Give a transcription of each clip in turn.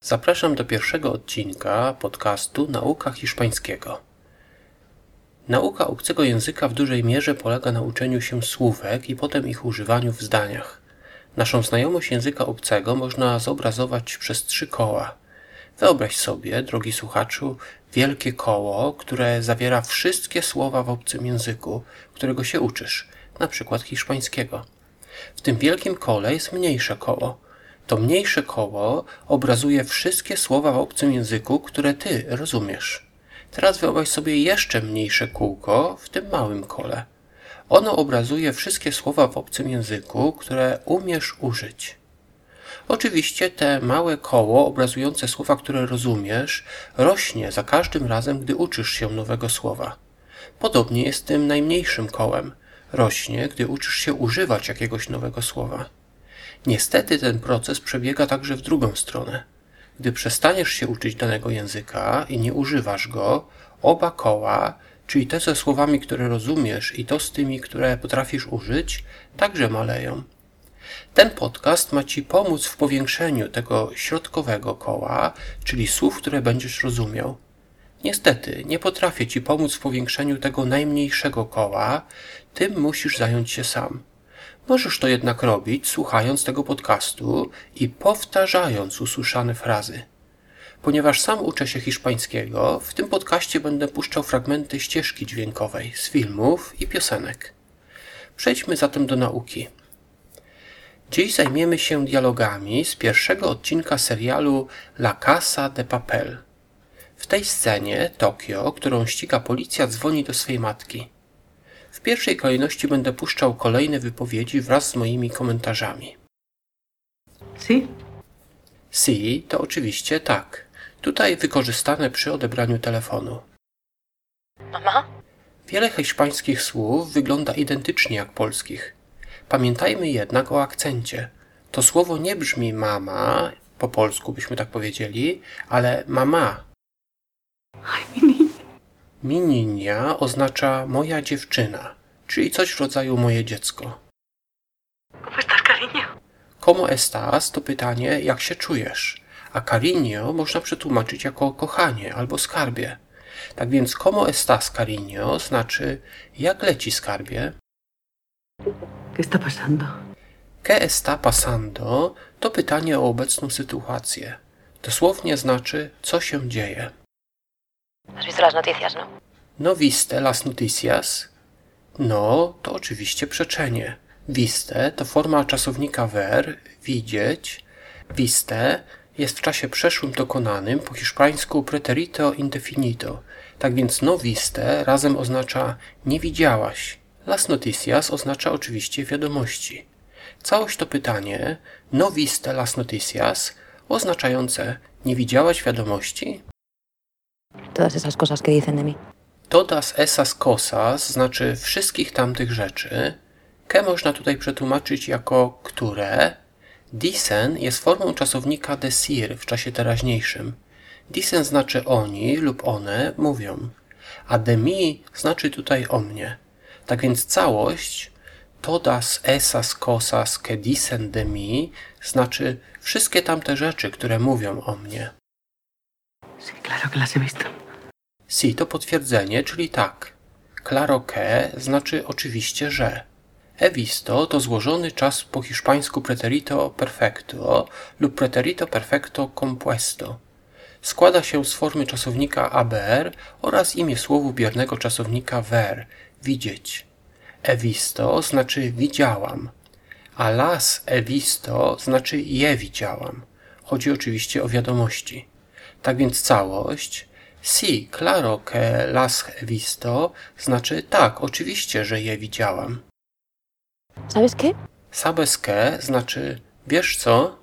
Zapraszam do pierwszego odcinka podcastu Nauka hiszpańskiego. Nauka obcego języka w dużej mierze polega na uczeniu się słówek i potem ich używaniu w zdaniach. Naszą znajomość języka obcego można zobrazować przez 3 koła. Wyobraź sobie, drogi słuchaczu, wielkie koło, które zawiera wszystkie słowa w obcym języku, którego się uczysz, na przykład hiszpańskiego. W tym wielkim kole jest mniejsze koło. To mniejsze koło obrazuje wszystkie słowa w obcym języku, które ty rozumiesz. Teraz wyobraź sobie jeszcze mniejsze kółko w tym małym kole. Ono obrazuje wszystkie słowa w obcym języku, które umiesz użyć. Oczywiście te małe koło obrazujące słowa, które rozumiesz, rośnie za każdym razem, gdy uczysz się nowego słowa. Podobnie jest z tym najmniejszym kołem. Rośnie, gdy uczysz się używać jakiegoś nowego słowa. Niestety ten proces przebiega także w drugą stronę. Gdy przestaniesz się uczyć danego języka i nie używasz go, oba koła, czyli te ze słowami, które rozumiesz i to z tymi, które potrafisz użyć, także maleją. Ten podcast ma Ci pomóc w powiększeniu tego środkowego koła, czyli słów, które będziesz rozumiał. Niestety, nie potrafię Ci pomóc w powiększeniu tego najmniejszego koła, tym musisz zająć się sam. Możesz to jednak robić, słuchając tego podcastu i powtarzając usłyszane frazy. Ponieważ sam uczę się hiszpańskiego, w tym podcaście będę puszczał fragmenty ścieżki dźwiękowej z filmów i piosenek. Przejdźmy zatem do nauki. Dziś zajmiemy się dialogami z pierwszego odcinka serialu La Casa de Papel. W tej scenie Tokio, którą ściga policja, dzwoni do swej matki. W pierwszej kolejności będę puszczał kolejne wypowiedzi wraz z moimi komentarzami. Sí. Sí to oczywiście tak. Tutaj wykorzystane przy odebraniu telefonu. Mama? Wiele hiszpańskich słów wygląda identycznie jak polskich. Pamiętajmy jednak o akcencie. To słowo nie brzmi mama, po polsku byśmy tak powiedzieli, ale mama. Ay, mi niña. Mi niña oznacza moja dziewczyna, czyli coś w rodzaju moje dziecko. ¿Cómo estás, cariño? Como estás to pytanie, jak się czujesz, a cariño można przetłumaczyć jako kochanie albo skarbie. Tak więc como estás, cariño znaczy jak leci, skarbie. ¿Qué está pasando? ¿Qué está pasando to pytanie o obecną sytuację. Dosłownie znaczy co się dzieje. ¿Has visto las noticias, no? No viste las noticias? No, to oczywiście przeczenie. Viste to forma czasownika ver, widzieć. Viste jest w czasie przeszłym dokonanym, po hiszpańsku preterito indefinito. Tak więc no viste razem oznacza nie widziałaś. Las noticias oznacza oczywiście wiadomości. Całość to pytanie no viste las noticias oznaczające nie widziałaś wiadomości? Todas esas cosas que dicen de mí. Todas esas cosas znaczy wszystkich tamtych rzeczy. Que można tutaj przetłumaczyć jako które. Dicen jest formą czasownika decir w czasie teraźniejszym. Dicen znaczy oni lub one mówią, a de mi znaczy tutaj o mnie. Tak więc całość todas esas cosas que dicen de mi znaczy wszystkie tamte rzeczy, które mówią o mnie. Sí, claro que las he visto. Si to potwierdzenie, czyli tak. Claro que znaczy oczywiście, że. He visto to złożony czas po hiszpańsku preterito perfecto lub preterito perfecto compuesto. Składa się z formy czasownika haber oraz imię słowu biernego czasownika ver, widzieć. He visto znaczy widziałam, a las he visto znaczy je widziałam. Chodzi oczywiście o wiadomości. Tak więc całość sí, claro que las he visto znaczy tak, oczywiście, że je widziałam. ¿Sabes qué? Sabes que znaczy wiesz co?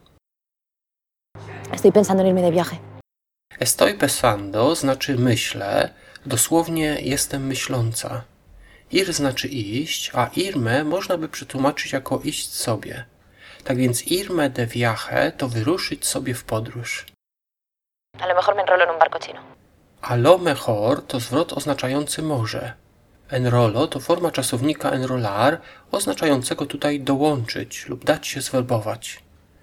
Estoy pensando en irme de viaje. Estoy pensando znaczy myślę, dosłownie jestem myśląca. Ir znaczy iść, a irme można by przetłumaczyć jako iść sobie. Tak więc irme de viaje to wyruszyć sobie w podróż. A lo mejor me enrolo en un barco chino. A lo mejor to zwrot oznaczający morze. Enrolo to forma czasownika enrolar oznaczającego tutaj dołączyć lub dać się zwerbować.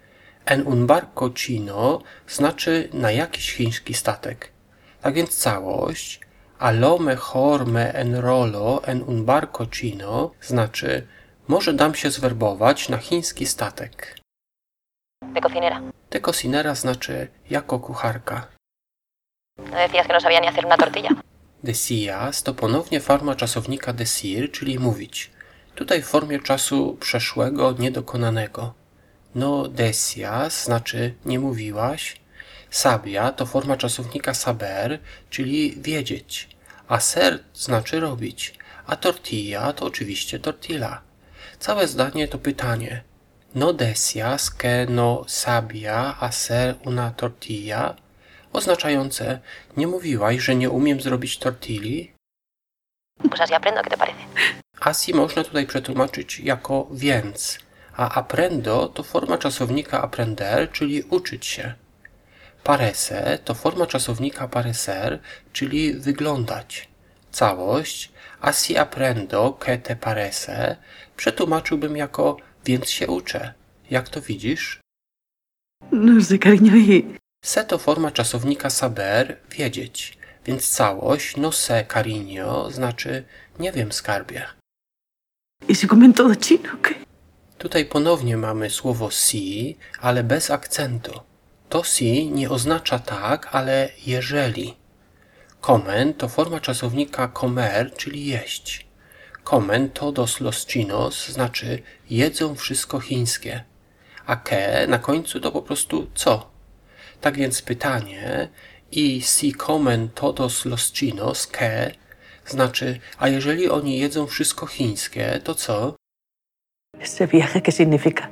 En un barco chino znaczy na jakiś chiński statek. Tak więc całość a lo mejor me enrolo en un barco chino znaczy może dam się zwerbować na chiński statek. De cocinera. De cocinera znaczy jako kucharka. ¿No decías que no sabía ni hacer una tortilla? Decías to ponownie forma czasownika decir, czyli mówić. Tutaj w formie czasu przeszłego, niedokonanego. No decías znaczy nie mówiłaś. Sabia to forma czasownika saber, czyli wiedzieć. Hacer znaczy robić. A tortilla to oczywiście tortilla. Całe zdanie to pytanie. No decías que no sabía hacer una tortilla? Oznaczające nie mówiłaś, że nie umiem zrobić tortilli? Pues así aprendo, ¿qué te parece? Así można tutaj przetłumaczyć jako więc, a aprendo to forma czasownika aprender, czyli uczyć się. Parece to forma czasownika parecer, czyli wyglądać. Całość así aprendo que te parece przetłumaczyłbym jako więc się uczę. Jak to widzisz? No sé, cariño, y... Se to forma czasownika saber, wiedzieć, więc całość no sé cariño znaczy nie wiem skarbie. ¿Y si comen todo chino o qué? Tutaj ponownie mamy słowo si, ale bez akcentu. To si nie oznacza tak, ale jeżeli. Comen to forma czasownika comer, czyli jeść. Comen todos los chinos znaczy jedzą wszystko chińskie. A que na końcu to po prostu co. Tak więc pytanie i si comen todos los chinos que znaczy, a jeżeli oni jedzą wszystko chińskie, to co? Ese viaje, ¿qué significa?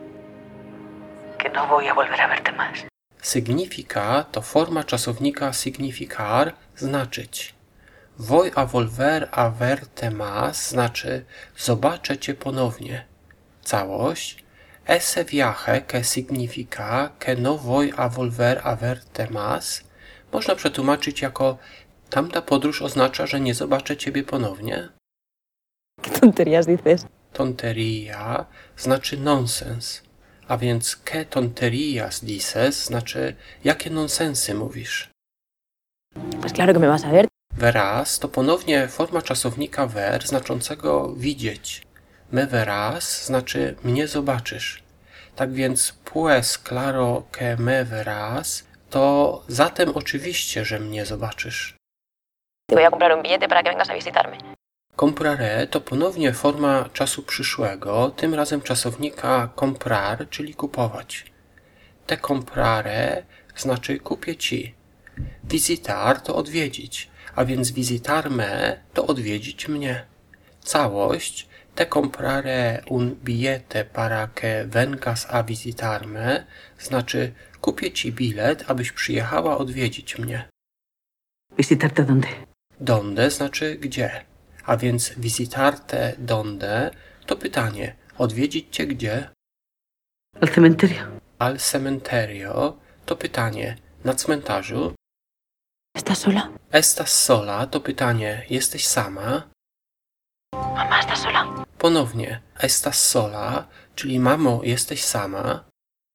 Que no voy a volver a verte más. Significa to forma czasownika significar, znaczyć. Voy a volver a verte más znaczy zobaczę cię ponownie. Całość ese viaje que significa que no voy a volver a verte más można przetłumaczyć jako tamta podróż oznacza, że nie zobaczę ciebie ponownie. ¿Qué tonterías dices? Tonteria znaczy nonsens, a więc que tonterías dices znaczy jakie nonsensy mówisz. Pues claro que me vas a ver. Verás to ponownie forma czasownika ver znaczącego widzieć. Me verás znaczy mnie zobaczysz. Tak więc pues claro que me verás to zatem oczywiście, że mnie zobaczysz. Te voy a comprar un billete para que vengas a visitarme. Comprare to ponownie forma czasu przyszłego, tym razem czasownika comprar, czyli kupować. Te comprare znaczy kupię ci. Visitar to odwiedzić, a więc visitarme to odwiedzić mnie. Całość te comprare un billete para que vengas a visitarme znaczy kupię ci bilet, abyś przyjechała odwiedzić mnie. ¿Visitarte dónde? Donde znaczy gdzie, a więc visitarte donde to pytanie, odwiedzić cię gdzie? Al cementerio. Al cementerio to pytanie, na cmentarzu. ¿Estás sola? Estás sola to pytanie, jesteś sama? Mamá, ¿estás sola? Ponownie, estás sola, czyli mamo, jesteś sama?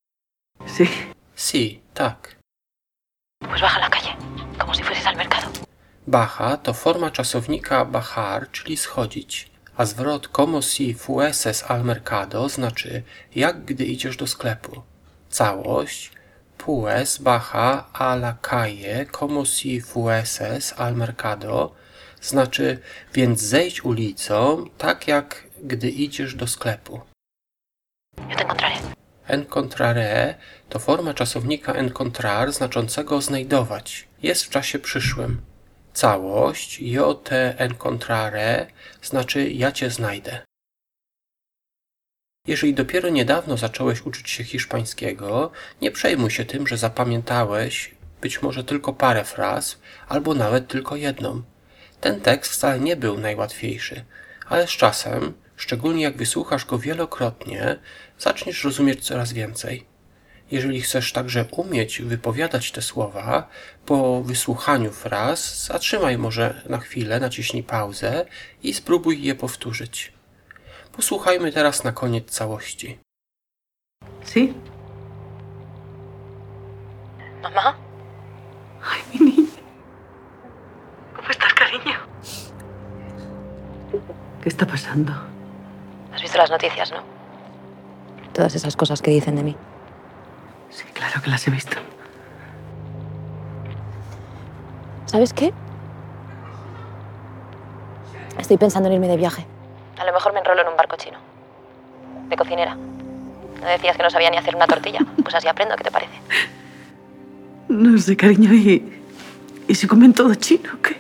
Sí. Si, tak. Pues baja a la calle, como si fueses al mercado. Baja to forma czasownika bajar, czyli schodzić, a zwrot como si fueses al mercado znaczy jak gdy idziesz do sklepu. Całość pues baja a la calle como si fueses al mercado znaczy więc zejdź ulicą tak jak gdy idziesz do sklepu. Yo te encontraré. Encontraré to forma czasownika encontrar znaczącego znajdować. Jest w czasie przyszłym. Całość yo te encontraré znaczy ja cię znajdę. Jeżeli dopiero niedawno zacząłeś uczyć się hiszpańskiego, nie przejmuj się tym, że zapamiętałeś być może tylko parę fraz, albo nawet tylko jedną. Ten tekst wcale nie był najłatwiejszy, ale z czasem, szczególnie jak wysłuchasz go wielokrotnie, zaczniesz rozumieć coraz więcej. Jeżeli chcesz także umieć wypowiadać te słowa, po wysłuchaniu fraz zatrzymaj może na chwilę, naciśnij pauzę i spróbuj je powtórzyć. Posłuchajmy teraz na koniec całości. Sí. ¿Mamá? Ay, mi niña. ¿Cómo estás, cariño? ¿Qué está pasando? Has visto las noticias, ¿no? Todas esas cosas que dicen de mí. Sí, claro que las he visto. ¿Sabes qué? Estoy pensando en irme de viaje. A lo mejor me enrolo en un barco chino. De cocinera. ¿No decías que no sabía ni hacer una tortilla? Pues así aprendo, ¿qué te parece? No sé, cariño, ¿y si comen todo chino o qué?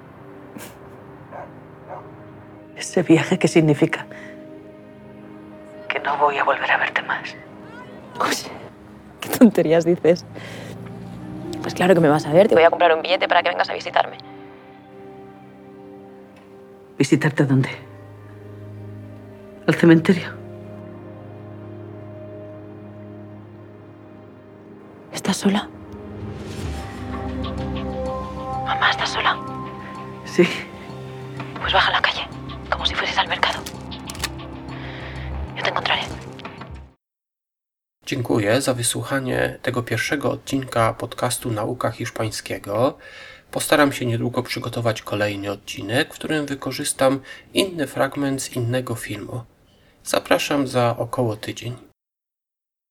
¿Ese viaje qué significa? Que no voy a volver a verte más. Uy, qué tonterías dices. Pues claro que me vas a ver, te voy a comprar un billete para que vengas a visitarme. ¿Visitarte dónde? ¿Al cementerio? ¿Estás sola? Mamá, ¿estás sola? Sí. Pues baja a la calle, como si fueses al mercado. Yo te encontraré. Dziękuję za wysłuchanie tego pierwszego odcinka podcastu Nauka Hiszpańskiego. Postaram się niedługo przygotować kolejny odcinek, w którym wykorzystam inny fragment z innego filmu. Zapraszam za około tydzień.